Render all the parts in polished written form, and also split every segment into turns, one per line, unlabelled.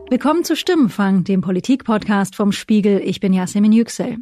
Willkommen zu Stimmenfang, dem Politik-Podcast vom Spiegel. Ich bin Yasemin Yüksel.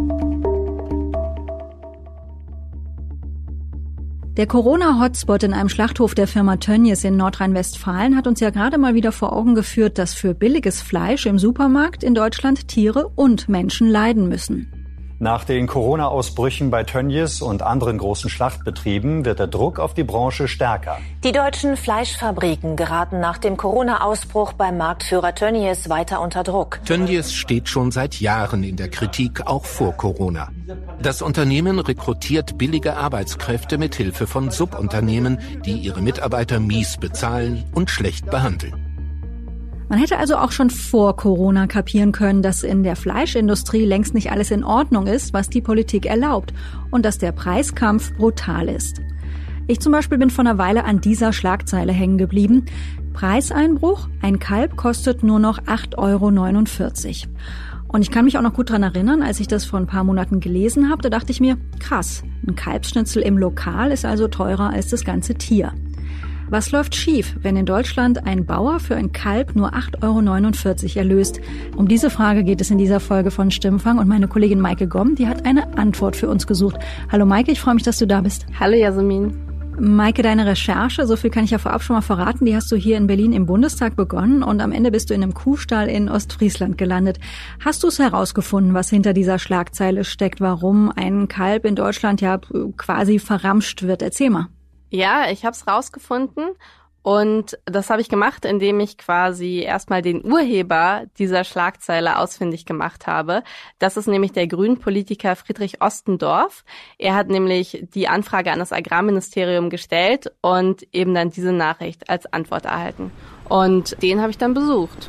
Der Corona-Hotspot in einem Schlachthof der Firma Tönnies in Nordrhein-Westfalen hat uns ja gerade mal wieder vor Augen geführt, dass für billiges Fleisch im Supermarkt in Deutschland Tiere und Menschen leiden müssen.
Nach den Corona-Ausbrüchen bei Tönnies und anderen großen Schlachtbetrieben wird der Druck auf die Branche stärker.
Die deutschen Fleischfabriken geraten nach dem Corona-Ausbruch beim Marktführer Tönnies weiter unter Druck.
Tönnies steht schon seit Jahren in der Kritik, auch vor Corona. Das Unternehmen rekrutiert billige Arbeitskräfte mit Hilfe von Subunternehmen, die ihre Mitarbeiter mies bezahlen und schlecht behandeln.
Man hätte also auch schon vor Corona kapieren können, dass in der Fleischindustrie längst nicht alles in Ordnung ist, was die Politik erlaubt, und dass der Preiskampf brutal ist. Ich zum Beispiel bin vor einer Weile an dieser Schlagzeile hängen geblieben. Preiseinbruch, ein Kalb kostet nur noch 8,49 €. Und ich kann mich auch noch gut dran erinnern, als ich das vor ein paar Monaten gelesen habe, da dachte ich mir, krass, ein Kalbsschnitzel im Lokal ist also teurer als das ganze Tier. Was läuft schief, wenn in Deutschland ein Bauer für ein Kalb nur 8,49 € erlöst? Um diese Frage geht es in dieser Folge von Stimmenfang und meine Kollegin Maike Gomm, die hat eine Antwort für uns gesucht. Hallo Maike, ich freue mich, dass du da bist.
Hallo Yasemin.
Maike, deine Recherche, so viel kann ich ja vorab schon mal verraten, die hast du hier in Berlin im Bundestag begonnen und am Ende bist du in einem Kuhstall in Ostfriesland gelandet. Hast du es herausgefunden, was hinter dieser Schlagzeile steckt, warum ein Kalb in Deutschland ja quasi verramscht wird? Erzähl mal.
Ja, ich habe es rausgefunden und das habe ich gemacht, indem ich quasi erstmal den Urheber dieser Schlagzeile ausfindig gemacht habe. Das ist nämlich der Grünen-Politiker Friedrich Ostendorf. Er hat nämlich die Anfrage an das Agrarministerium gestellt und eben dann diese Nachricht als Antwort erhalten. Und den habe ich dann besucht.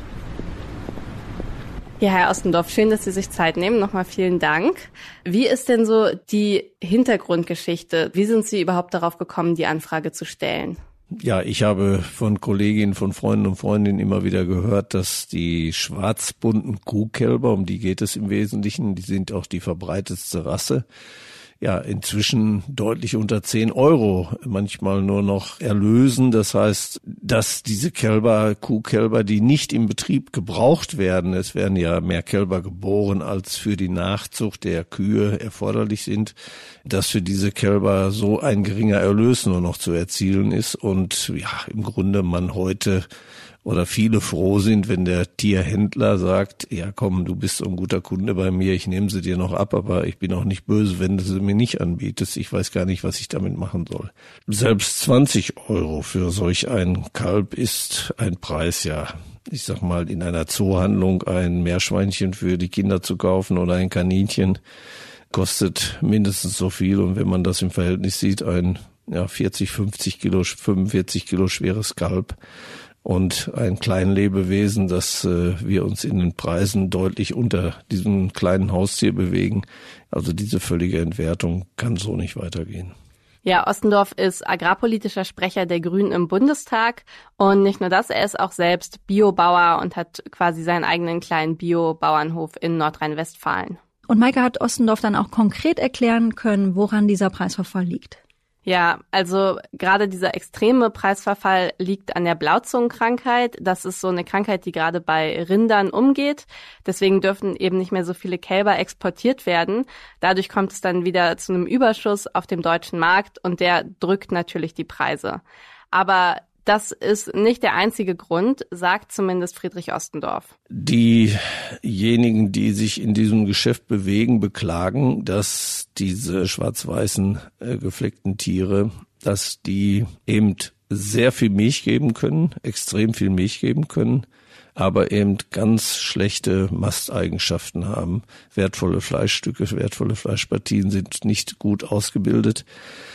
Ja, Herr Ostendorf, schön, dass Sie sich Zeit nehmen. Nochmal vielen Dank. Wie ist denn so die Hintergrundgeschichte? Wie sind Sie überhaupt darauf gekommen, die Anfrage zu stellen?
Ja, ich habe von Kolleginnen, von Freunden und Freundinnen immer wieder gehört, dass die schwarzbunten Kuhkälber, um die geht es im Wesentlichen, die sind auch die verbreitetste Rasse, ja, inzwischen deutlich unter 10 €, manchmal nur noch erlösen. Das heißt, dass diese Kuhkälber, die nicht im Betrieb gebraucht werden, es werden ja mehr Kälber geboren, als für die Nachzucht der Kühe erforderlich sind, dass für diese Kälber so ein geringer Erlös nur noch zu erzielen ist und ja, im Grunde man heute oder viele froh sind, wenn der Tierhändler sagt, ja komm, du bist so ein guter Kunde bei mir, ich nehme sie dir noch ab, aber ich bin auch nicht böse, wenn du sie mir nicht anbietest. Ich weiß gar nicht, was ich damit machen soll. Selbst 20 € für solch ein Kalb ist ein Preis, ja, ich sag mal, in einer Zoohandlung ein Meerschweinchen für die Kinder zu kaufen oder ein Kaninchen kostet mindestens so viel. Und wenn man das im Verhältnis sieht, ein 40, 50 Kilo, 45 Kilo schweres Kalb, und ein Kleinlebewesen, dass wir uns in den Preisen deutlich unter diesem kleinen Haustier bewegen. Also diese völlige Entwertung kann so nicht weitergehen.
Ja, Ostendorf ist agrarpolitischer Sprecher der Grünen im Bundestag und nicht nur das, er ist auch selbst Biobauer und hat quasi seinen eigenen kleinen Biobauernhof in Nordrhein-Westfalen.
Und Maike, hat Ostendorf dann auch konkret erklären können, woran dieser Preisverfall liegt?
Ja, also gerade dieser extreme Preisverfall liegt an der Blauzungenkrankheit. Das ist so eine Krankheit, die gerade bei Rindern umgeht. Deswegen dürfen eben nicht mehr so viele Kälber exportiert werden. Dadurch kommt es dann wieder zu einem Überschuss auf dem deutschen Markt und der drückt natürlich die Preise. Aber das ist nicht der einzige Grund, sagt zumindest Friedrich Ostendorf.
Diejenigen, die sich in diesem Geschäft bewegen, beklagen, dass diese schwarz-weißen gefleckten Tiere, dass die eben sehr viel Milch geben können, extrem viel Milch geben können, aber eben ganz schlechte Masteigenschaften haben. Wertvolle Fleischstücke, wertvolle Fleischpartien sind nicht gut ausgebildet.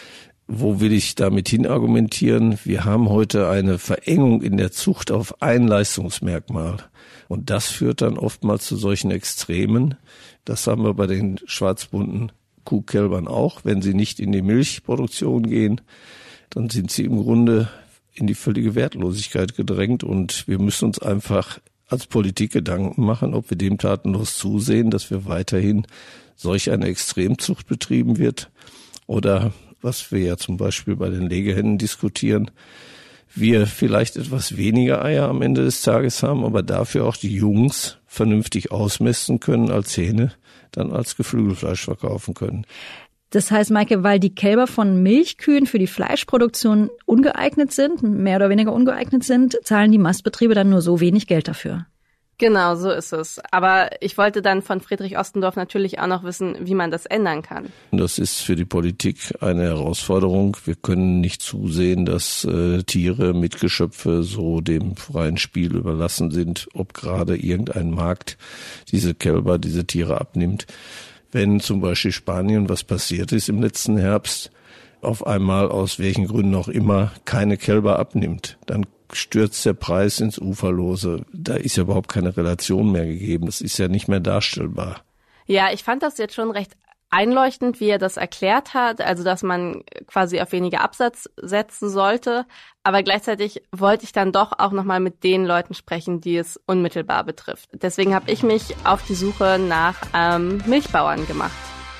Wo will ich damit hin argumentieren? Wir haben heute eine Verengung in der Zucht auf ein Leistungsmerkmal. Und das führt dann oftmals zu solchen Extremen. Das haben wir bei den schwarzbunten Kuhkälbern auch. Wenn sie nicht in die Milchproduktion gehen, dann sind sie im Grunde in die völlige Wertlosigkeit gedrängt. Und wir müssen uns einfach als Politik Gedanken machen, ob wir dem tatenlos zusehen, dass wir weiterhin solch eine Extremzucht betrieben wird oder was wir ja zum Beispiel bei den Legehennen diskutieren, wir vielleicht etwas weniger Eier am Ende des Tages haben, aber dafür auch die Jungs vernünftig ausmessen können als Hähne, dann als Geflügelfleisch verkaufen können.
Das heißt, Maike, weil die Kälber von Milchkühen für die Fleischproduktion ungeeignet sind, mehr oder weniger ungeeignet sind, zahlen die Mastbetriebe dann nur so wenig Geld dafür.
Genau, so ist es. Aber ich wollte dann von Friedrich Ostendorf natürlich auch noch wissen, wie man das ändern kann.
Das ist für die Politik eine Herausforderung. Wir können nicht zusehen, dass Tiere, Mitgeschöpfe so dem freien Spiel überlassen sind, ob gerade irgendein Markt diese Kälber, diese Tiere abnimmt. Wenn zum Beispiel Spanien, was passiert ist im letzten Herbst, auf einmal aus welchen Gründen auch immer keine Kälber abnimmt, dann stürzt der Preis ins Uferlose. Da ist ja überhaupt keine Relation mehr gegeben. Das ist ja nicht mehr darstellbar.
Ja, ich fand das jetzt schon recht einleuchtend, wie er das erklärt hat, also dass man quasi auf weniger Absatz setzen sollte. Aber gleichzeitig wollte ich dann doch auch nochmal mit den Leuten sprechen, die es unmittelbar betrifft. Deswegen habe ich mich auf die Suche nach Milchbauern gemacht.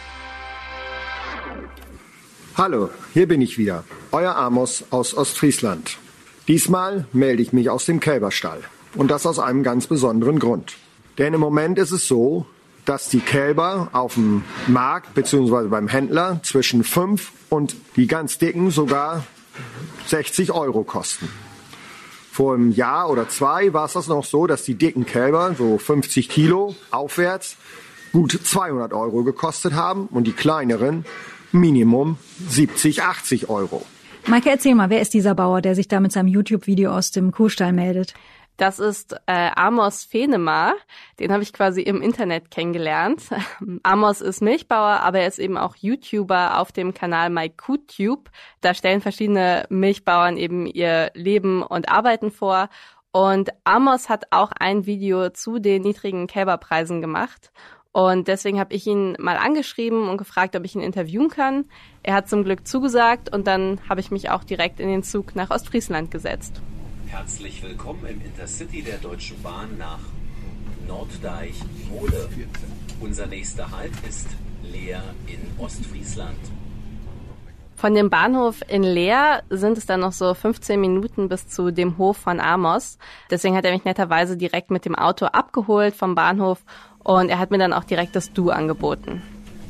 Hallo, hier bin ich wieder, euer Amos aus Ostfriesland. Diesmal melde ich mich aus dem Kälberstall. Und das aus einem ganz besonderen Grund. Denn im Moment ist es so, dass die Kälber auf dem Markt bzw. beim Händler zwischen 5 und die ganz dicken sogar 60 € kosten. Vor einem Jahr oder 2 war es das noch so, dass die dicken Kälber, so 50 Kilo aufwärts, gut 200 € gekostet haben und die kleineren Minimum 70, 80 €.
Maike, erzähl mal, wer ist dieser Bauer, der sich da mit seinem YouTube-Video aus dem Kuhstall meldet?
Das ist Amos Venema, den habe ich quasi im Internet kennengelernt. Amos ist Milchbauer, aber er ist eben auch YouTuber auf dem Kanal MyCootube. Da stellen verschiedene Milchbauern eben ihr Leben und Arbeiten vor. Und Amos hat auch ein Video zu den niedrigen Kälberpreisen gemacht. Und deswegen habe ich ihn mal angeschrieben und gefragt, ob ich ihn interviewen kann. Er hat zum Glück zugesagt und dann habe ich mich auch direkt in den Zug nach Ostfriesland gesetzt.
Herzlich willkommen im Intercity der Deutschen Bahn nach Norddeich-Mole. Unser nächster Halt ist Leer in Ostfriesland.
Von dem Bahnhof in Leer sind es dann noch so 15 Minuten bis zu dem Hof von Amos. Deswegen hat er mich netterweise direkt mit dem Auto abgeholt vom Bahnhof und er hat mir dann auch direkt das Du angeboten.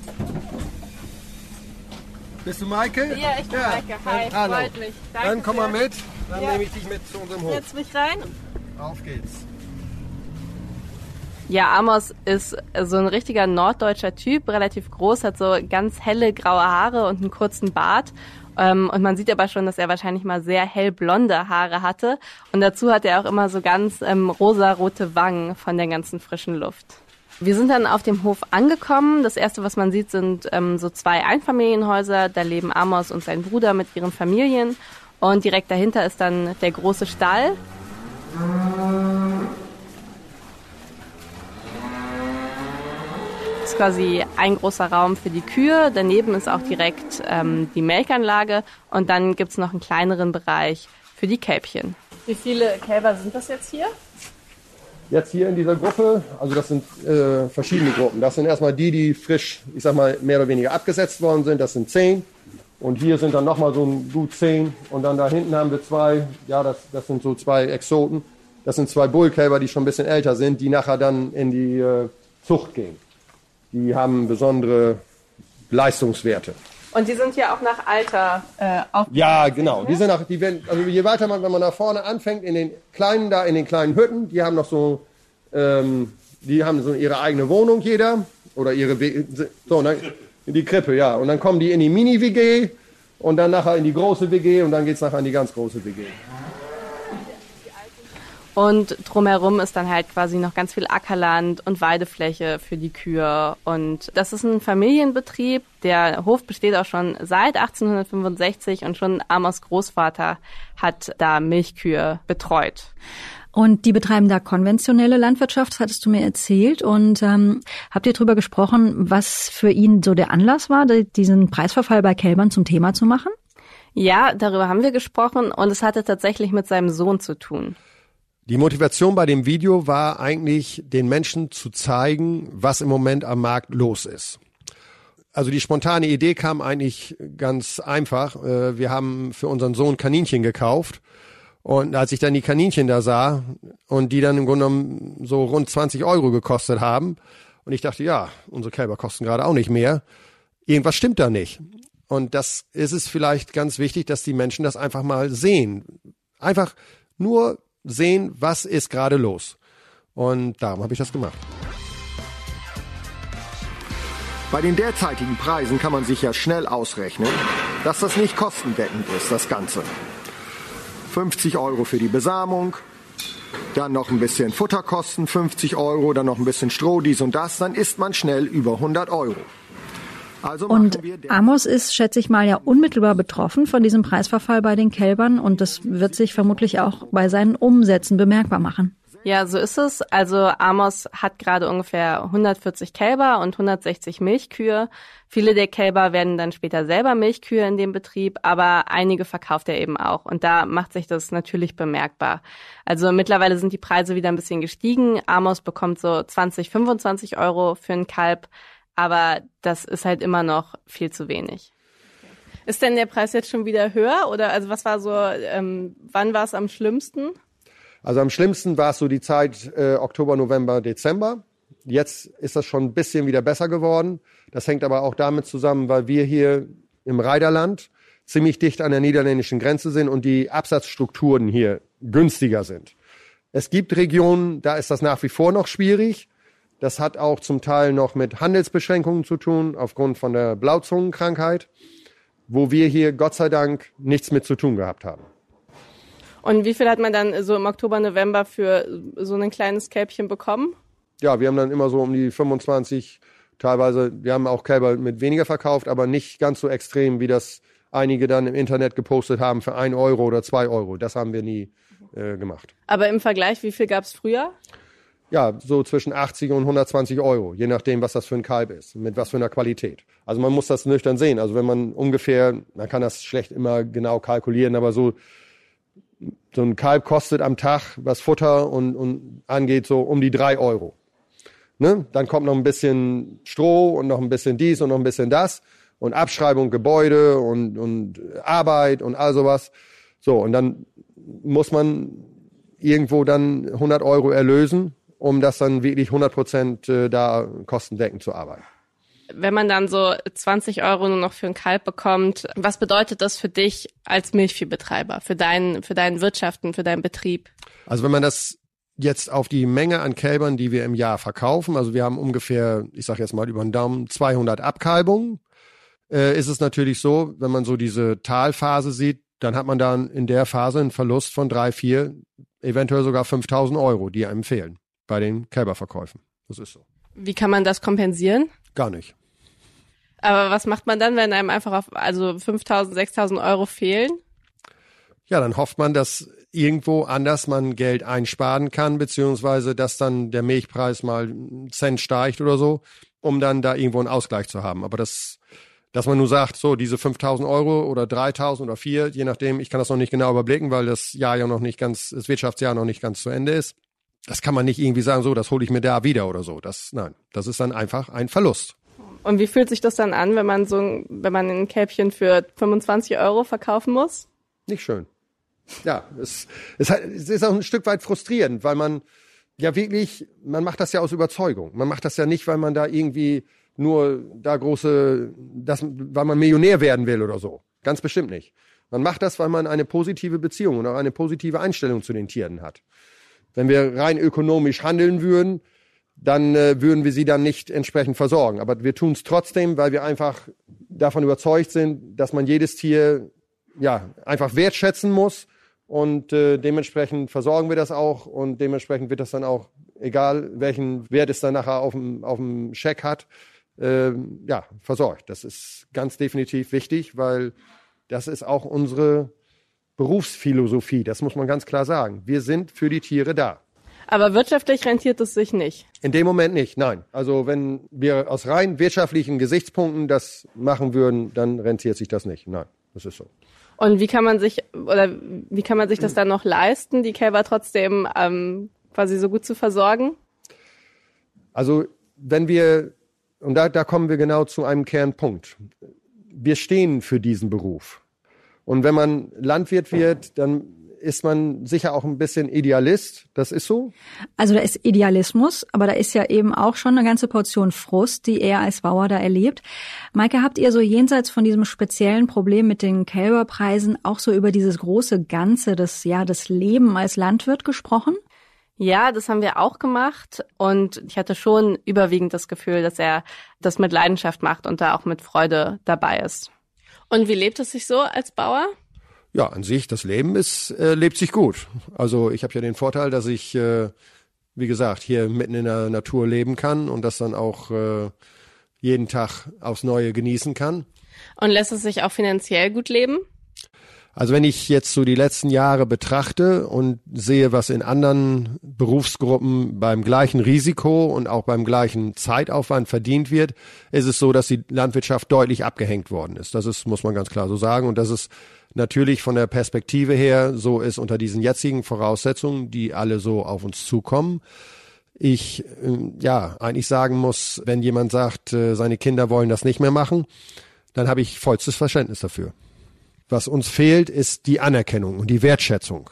Bist du Maike?
Ja, ich bin Maike. Hi, freut mich. Danke.
Dann komm mal mit, dann nehme ich dich mit zu unserem Hof.
Setz mich rein.
Auf geht's.
Ja, Amos ist so ein richtiger norddeutscher Typ, relativ groß, hat so ganz helle graue Haare und einen kurzen Bart. Und man sieht aber schon, dass er wahrscheinlich mal sehr hellblonde Haare hatte. Und dazu hat er auch immer so ganz rosarote Wangen von der ganzen frischen Luft. Wir sind dann auf dem Hof angekommen. Das erste, was man sieht, sind so 2 Einfamilienhäuser. Da leben Amos und sein Bruder mit ihren Familien. Und direkt dahinter ist dann der große Stall. Das ist quasi ein großer Raum für die Kühe. Daneben ist auch direkt die Melkanlage. Und dann gibt's noch einen kleineren Bereich für die Kälbchen. Wie viele Kälber sind das jetzt hier?
Jetzt hier in dieser Gruppe, also das sind verschiedene Gruppen. Das sind erstmal die frisch, ich sag mal, mehr oder weniger abgesetzt worden sind. Das sind 10. Und hier sind dann nochmal so gut 10. Und dann da hinten haben wir 2, ja, das sind so 2 Exoten. Das sind 2 Bullkälber, die schon ein bisschen älter sind, die nachher dann in die Zucht gehen. Die haben besondere Leistungswerte.
Und die sind ja auch nach Alter aufgeteilt.
Ja, genau. Die sind also je weiter man, wenn man da vorne anfängt, in den kleinen Hütten, die haben noch so, die haben so ihre eigene Wohnung jeder oder die Krippe, ja. Und dann kommen die in die Mini-WG und dann nachher in die große WG und dann geht's nachher in die ganz große WG.
Und drumherum ist dann halt quasi noch ganz viel Ackerland und Weidefläche für die Kühe. Und das ist ein Familienbetrieb. Der Hof besteht auch schon seit 1865 und schon Amos Großvater hat da Milchkühe betreut.
Und die betreiben da konventionelle Landwirtschaft, das hattest du mir erzählt. Und habt ihr darüber gesprochen, was für ihn so der Anlass war, diesen Preisverfall bei Kälbern zum Thema zu machen?
Ja, darüber haben wir gesprochen und es hatte tatsächlich mit seinem Sohn zu tun.
Die Motivation bei dem Video war eigentlich, den Menschen zu zeigen, was im Moment am Markt los ist. Also die spontane Idee kam eigentlich ganz einfach. Wir haben für unseren Sohn Kaninchen gekauft
Und als ich dann die Kaninchen da sah und die dann im Grunde genommen so rund 20 € gekostet haben und ich dachte, ja, unsere Kälber kosten gerade auch nicht mehr, irgendwas stimmt da nicht. Und das ist es vielleicht ganz wichtig, dass die Menschen das einfach mal sehen. Einfach nur sehen, was ist gerade los. Und darum habe ich das gemacht.
Bei den derzeitigen Preisen kann man sich ja schnell ausrechnen, dass das nicht kostendeckend ist, das Ganze. 50 € für die Besamung, dann noch ein bisschen Futterkosten, 50 €, dann noch ein bisschen Stroh, dies und das, dann ist man schnell über 100 €. Also
und Amos ist, schätze ich mal, ja unmittelbar betroffen von diesem Preisverfall bei den Kälbern und das wird sich vermutlich auch bei seinen Umsätzen bemerkbar machen.
Ja, so ist es. Also Amos hat gerade ungefähr 140 Kälber und 160 Milchkühe. Viele der Kälber werden dann später selber Milchkühe in dem Betrieb, aber einige verkauft er eben auch. Und da macht sich das natürlich bemerkbar. Also mittlerweile sind die Preise wieder ein bisschen gestiegen. Amos bekommt so 20, 25 € für ein Kalb, aber das ist halt immer noch viel zu wenig. Ist denn der Preis jetzt schon wieder höher? Oder also was war so, wann war es am schlimmsten?
Also am schlimmsten war es so die Zeit Oktober, November, Dezember. Jetzt ist das schon ein bisschen wieder besser geworden. Das hängt aber auch damit zusammen, weil wir hier im Reiderland ziemlich dicht an der niederländischen Grenze sind und die Absatzstrukturen hier günstiger sind. Es gibt Regionen, da ist das nach wie vor noch schwierig. Das hat auch zum Teil noch mit Handelsbeschränkungen zu tun, aufgrund von der Blauzungenkrankheit, wo wir hier Gott sei Dank nichts mit zu tun gehabt haben.
Und wie viel hat man dann so im Oktober, November für so ein kleines Kälbchen bekommen?
Ja, wir haben dann immer so um die 25, teilweise, wir haben auch Kälber mit weniger verkauft, aber nicht ganz so extrem, wie das einige dann im Internet gepostet haben für 1 € oder 2 €. Das haben wir nie gemacht.
Aber im Vergleich, wie viel gab es früher?
Ja, so zwischen 80 und 120 €, je nachdem, was das für ein Kalb ist, mit was für einer Qualität. Also man muss das nüchtern sehen. Also wenn man ungefähr, man kann das schlecht immer genau kalkulieren, aber so ein Kalb kostet am Tag, was Futter und angeht, so um die 3 €. Ne? Dann kommt noch ein bisschen Stroh und noch ein bisschen dies und noch ein bisschen das und Abschreibung, Gebäude und Arbeit und all sowas. So, und dann muss man irgendwo dann 100 € erlösen, um das dann wirklich 100% da kostendeckend zu arbeiten.
Wenn man dann so 20 € nur noch für ein Kalb bekommt, was bedeutet das für dich als Milchviehbetreiber, für dein Wirtschaften, für deinen Betrieb?
Also wenn man das jetzt auf die Menge an Kälbern, die wir im Jahr verkaufen, also wir haben ungefähr, ich sage jetzt mal über den Daumen, 200 Abkalbungen, ist es natürlich so, wenn man so diese Talphase sieht, dann hat man dann in der Phase einen Verlust von 3, 4, eventuell sogar 5.000 €, die einem fehlen bei den Kälberverkäufen. Das ist so.
Wie kann man das kompensieren?
Gar nicht.
Aber was macht man dann, wenn einem einfach 5.000, 6.000 € fehlen?
Ja, dann hofft man, dass irgendwo anders man Geld einsparen kann, beziehungsweise dass dann der Milchpreis mal einen Cent steigt oder so, um dann da irgendwo einen Ausgleich zu haben. Aber dass man nur sagt, so diese 5.000 € oder 3.000 oder 4, je nachdem, ich kann das noch nicht genau überblicken, weil das das Wirtschaftsjahr noch nicht ganz zu Ende ist. Das kann man nicht irgendwie sagen, so, das hole ich mir da wieder oder so. Nein, das ist dann einfach ein Verlust.
Und wie fühlt sich das dann an, wenn man ein Kälbchen für 25 € verkaufen muss?
Nicht schön. Ja, es ist auch ein Stück weit frustrierend, weil man ja wirklich, man macht das ja aus Überzeugung. Man macht das ja nicht, weil man da irgendwie nur weil man Millionär werden will oder so. Ganz bestimmt nicht. Man macht das, weil man eine positive Beziehung und auch eine positive Einstellung zu den Tieren hat. Wenn wir rein ökonomisch handeln würden, dann würden wir sie dann nicht entsprechend versorgen. Aber wir tun es trotzdem, weil wir einfach davon überzeugt sind, dass man jedes Tier ja einfach wertschätzen muss und dementsprechend versorgen wir das auch und dementsprechend wird das dann auch, egal welchen Wert es dann nachher auf dem Scheck hat, versorgt. Das ist ganz definitiv wichtig, weil das ist auch unsere Berufsphilosophie. Das muss man ganz klar sagen. Wir sind für die Tiere da.
Aber wirtschaftlich rentiert es sich nicht? In
dem Moment nicht, nein. Also wenn wir aus rein wirtschaftlichen Gesichtspunkten das machen würden, dann rentiert sich das nicht. Nein, das ist so.
Und wie kann man sich das dann noch leisten, die Kälber trotzdem quasi so gut zu versorgen?
Also und da kommen wir genau zu einem Kernpunkt. Wir stehen für diesen Beruf. Und wenn man Landwirt wird, dann ist man sicher auch ein bisschen Idealist. Das ist so?
Also da ist Idealismus, aber da ist ja eben auch schon eine ganze Portion Frust, die er als Bauer da erlebt. Maike, habt ihr so jenseits von diesem speziellen Problem mit den Kälberpreisen auch so über dieses große Ganze, das Leben als Landwirt gesprochen?
Ja, das haben wir auch gemacht und ich hatte schon überwiegend das Gefühl, dass er das mit Leidenschaft macht und da auch mit Freude dabei ist. Und wie lebt es sich so als Bauer?
Ja, an sich, das Leben lebt sich gut. Also ich habe ja den Vorteil, dass ich, wie gesagt, hier mitten in der Natur leben kann und das dann auch jeden Tag aufs Neue genießen kann.
Und lässt es sich auch finanziell gut leben?
Also wenn ich jetzt so die letzten Jahre betrachte und sehe, was in anderen Berufsgruppen beim gleichen Risiko und auch beim gleichen Zeitaufwand verdient wird, ist es so, dass die Landwirtschaft deutlich abgehängt worden ist. Muss man ganz klar so sagen. Und dass es natürlich von der Perspektive her so ist unter diesen jetzigen Voraussetzungen, die alle so auf uns zukommen. Ich eigentlich sagen muss, wenn jemand sagt, seine Kinder wollen das nicht mehr machen, dann habe ich vollstes Verständnis dafür. Was uns fehlt, ist die Anerkennung und die Wertschätzung.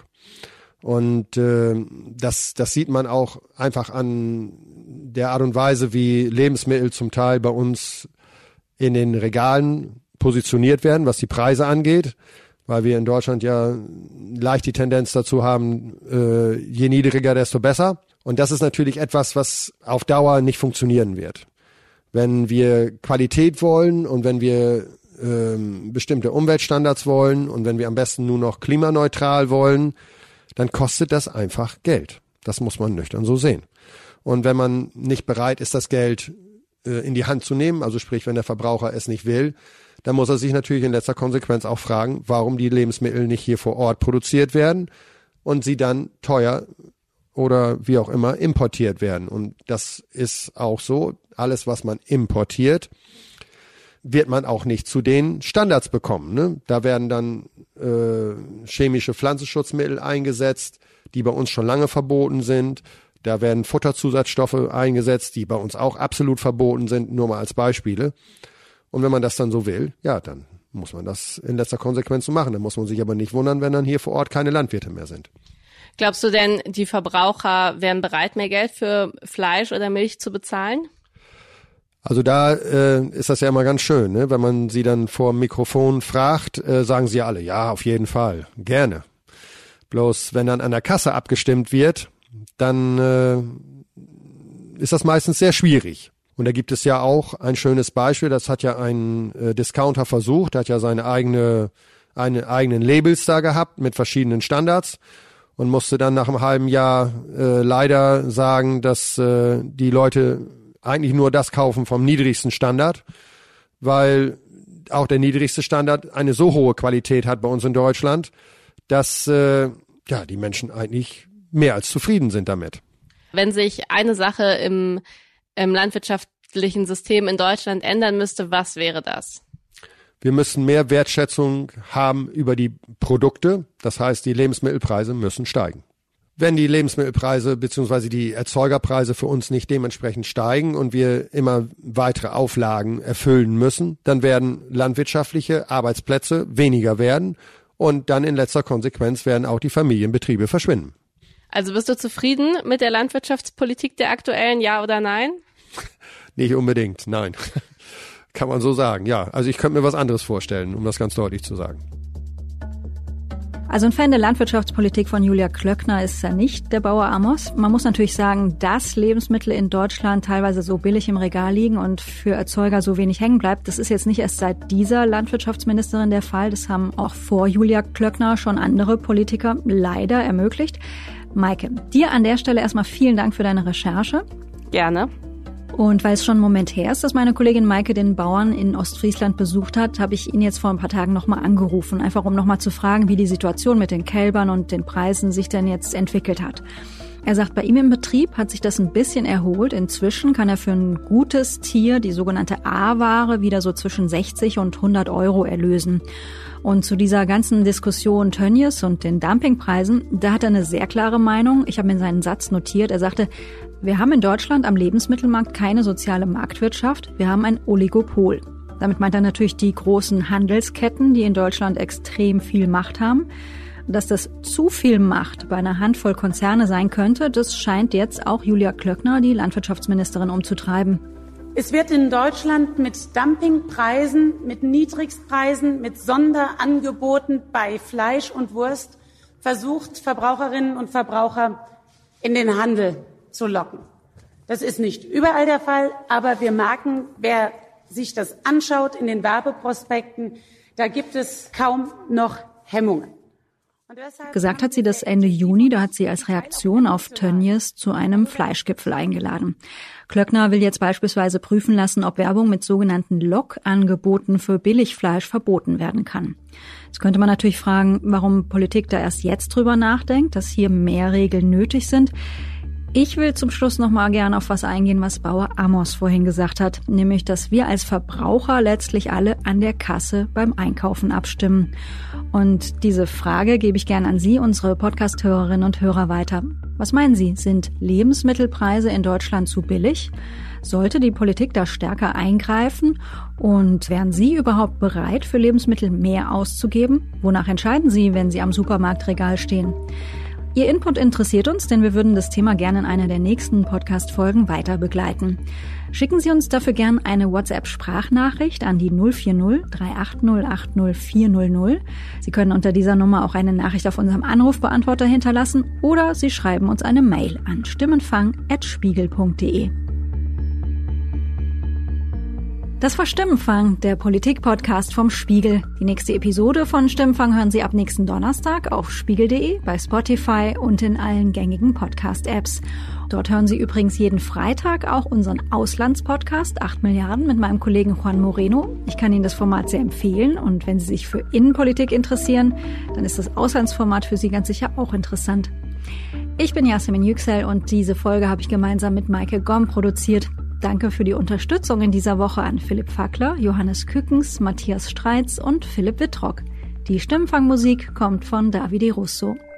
Und das sieht man auch einfach an der Art und Weise, wie Lebensmittel zum Teil bei uns in den Regalen positioniert werden, was die Preise angeht, weil wir in Deutschland ja leicht die Tendenz dazu haben, je niedriger, desto besser. Und das ist natürlich etwas, was auf Dauer nicht funktionieren wird. Wenn wir Qualität wollen und wenn wir bestimmte Umweltstandards wollen und wenn wir am besten nur noch klimaneutral wollen, dann kostet das einfach Geld. Das muss man nüchtern so sehen. Und wenn man nicht bereit ist, das Geld in die Hand zu nehmen, also sprich, wenn der Verbraucher es nicht will, dann muss er sich natürlich in letzter Konsequenz auch fragen, warum die Lebensmittel nicht hier vor Ort produziert werden und sie dann teuer oder wie auch immer importiert werden. Und das ist auch so. Alles, was man importiert, wird man auch nicht zu den Standards bekommen. Ne? Da werden dann chemische Pflanzenschutzmittel eingesetzt, die bei uns schon lange verboten sind. Da werden Futterzusatzstoffe eingesetzt, die bei uns auch absolut verboten sind, nur mal als Beispiele. Und wenn man das dann so will, ja, dann muss man das in letzter Konsequenz so machen. Dann muss man sich aber nicht wundern, wenn dann hier vor Ort keine Landwirte mehr sind.
Glaubst du denn, die Verbraucher wären bereit, mehr Geld für Fleisch oder Milch zu bezahlen?
Also da ist das ja immer ganz schön, ne? Wenn man sie dann vor dem Mikrofon fragt, sagen sie alle, ja, auf jeden Fall, gerne. Bloß wenn dann an der Kasse abgestimmt wird, dann ist das meistens sehr schwierig. Und da gibt es ja auch ein schönes Beispiel, das hat ja ein Discounter versucht, der hat ja seine eigenen Labels da gehabt mit verschiedenen Standards und musste dann nach einem halben Jahr leider sagen, dass die Leute eigentlich nur das kaufen vom niedrigsten Standard, weil auch der niedrigste Standard eine so hohe Qualität hat bei uns in Deutschland, dass die Menschen eigentlich mehr als zufrieden sind damit.
Wenn sich eine Sache im landwirtschaftlichen System in Deutschland ändern müsste, was wäre das?
Wir müssen mehr Wertschätzung haben über die Produkte, das heißt, die Lebensmittelpreise müssen steigen. Wenn die Lebensmittelpreise bzw. die Erzeugerpreise für uns nicht dementsprechend steigen und wir immer weitere Auflagen erfüllen müssen, dann werden landwirtschaftliche Arbeitsplätze weniger werden und dann in letzter Konsequenz werden auch die Familienbetriebe verschwinden.
Also bist du zufrieden mit der Landwirtschaftspolitik der aktuellen, ja oder nein?
Nicht unbedingt, nein. Kann man so sagen, ja. Also ich könnte mir was anderes vorstellen, um das ganz deutlich zu sagen.
Also ein Fan der Landwirtschaftspolitik von Julia Klöckner ist ja nicht der Bauer Amos. Man muss natürlich sagen, dass Lebensmittel in Deutschland teilweise so billig im Regal liegen und für Erzeuger so wenig hängen bleibt. Das ist jetzt nicht erst seit dieser Landwirtschaftsministerin der Fall. Das haben auch vor Julia Klöckner schon andere Politiker leider ermöglicht. Maike, dir an der Stelle erstmal vielen Dank für deine Recherche.
Gerne.
Und weil es schon einen Moment her ist, dass meine Kollegin Maike den Bauern in Ostfriesland besucht hat, habe ich ihn jetzt vor ein paar Tagen nochmal angerufen, einfach um nochmal zu fragen, wie die Situation mit den Kälbern und den Preisen sich denn jetzt entwickelt hat. Er sagt, bei ihm im Betrieb hat sich das ein bisschen erholt. Inzwischen kann er für ein gutes Tier, die sogenannte A-Ware, wieder so zwischen 60 und 100 Euro erlösen. Und zu dieser ganzen Diskussion Tönnies und den Dumpingpreisen, da hat er eine sehr klare Meinung. Ich habe mir seinen Satz notiert. Er sagte, wir haben in Deutschland am Lebensmittelmarkt keine soziale Marktwirtschaft, wir haben ein Oligopol. Damit meint er natürlich die großen Handelsketten, die in Deutschland extrem viel Macht haben. Dass das zu viel Macht bei einer Handvoll Konzerne sein könnte, das scheint jetzt auch Julia Klöckner, die Landwirtschaftsministerin, umzutreiben.
Es wird in Deutschland mit Dumpingpreisen, mit Niedrigstpreisen, mit Sonderangeboten bei Fleisch und Wurst versucht, Verbraucherinnen und Verbraucher in den Handel zu locken. Das ist nicht überall der Fall, aber wir merken, wer sich das anschaut in den Werbeprospekten, da gibt es kaum noch Hemmungen.
Gesagt hat sie das Ende Juni, da hat sie als Reaktion auf Tönnies zu einem Fleischgipfel eingeladen. Klöckner will jetzt beispielsweise prüfen lassen, ob Werbung mit sogenannten Lockangeboten für Billigfleisch verboten werden kann. Jetzt könnte man natürlich fragen, warum Politik da erst jetzt drüber nachdenkt, dass hier mehr Regeln nötig sind. Ich will zum Schluss noch mal gerne auf was eingehen, was Bauer Amos vorhin gesagt hat, nämlich, dass wir als Verbraucher letztlich alle an der Kasse beim Einkaufen abstimmen. Und diese Frage gebe ich gerne an Sie, unsere Podcast-Hörerinnen und Hörer, weiter. Was meinen Sie, sind Lebensmittelpreise in Deutschland zu billig? Sollte die Politik da stärker eingreifen? Und wären Sie überhaupt bereit, für Lebensmittel mehr auszugeben? Wonach entscheiden Sie, wenn Sie am Supermarktregal stehen? Ihr Input interessiert uns, denn wir würden das Thema gerne in einer der nächsten Podcast-Folgen weiter begleiten. Schicken Sie uns dafür gern eine WhatsApp-Sprachnachricht an die 040 380 80 400. Sie können unter dieser Nummer auch eine Nachricht auf unserem Anrufbeantworter hinterlassen oder Sie schreiben uns eine Mail an stimmenfang@spiegel.de. Das war Stimmenfang, der Politik-Podcast vom Spiegel. Die nächste Episode von Stimmenfang hören Sie ab nächsten Donnerstag auf spiegel.de, bei Spotify und in allen gängigen Podcast-Apps. Dort hören Sie übrigens jeden Freitag auch unseren Auslandspodcast 8 Milliarden mit meinem Kollegen Juan Moreno. Ich kann Ihnen das Format sehr empfehlen und wenn Sie sich für Innenpolitik interessieren, dann ist das Auslandsformat für Sie ganz sicher auch interessant. Ich bin Yasemin Yüksel und diese Folge habe ich gemeinsam mit Maike Gomm produziert. Danke für die Unterstützung in dieser Woche an Philipp Fackler, Johannes Kückens, Matthias Streitz und Philipp Wittrock. Die Stimmenfangmusik kommt von Davide Russo.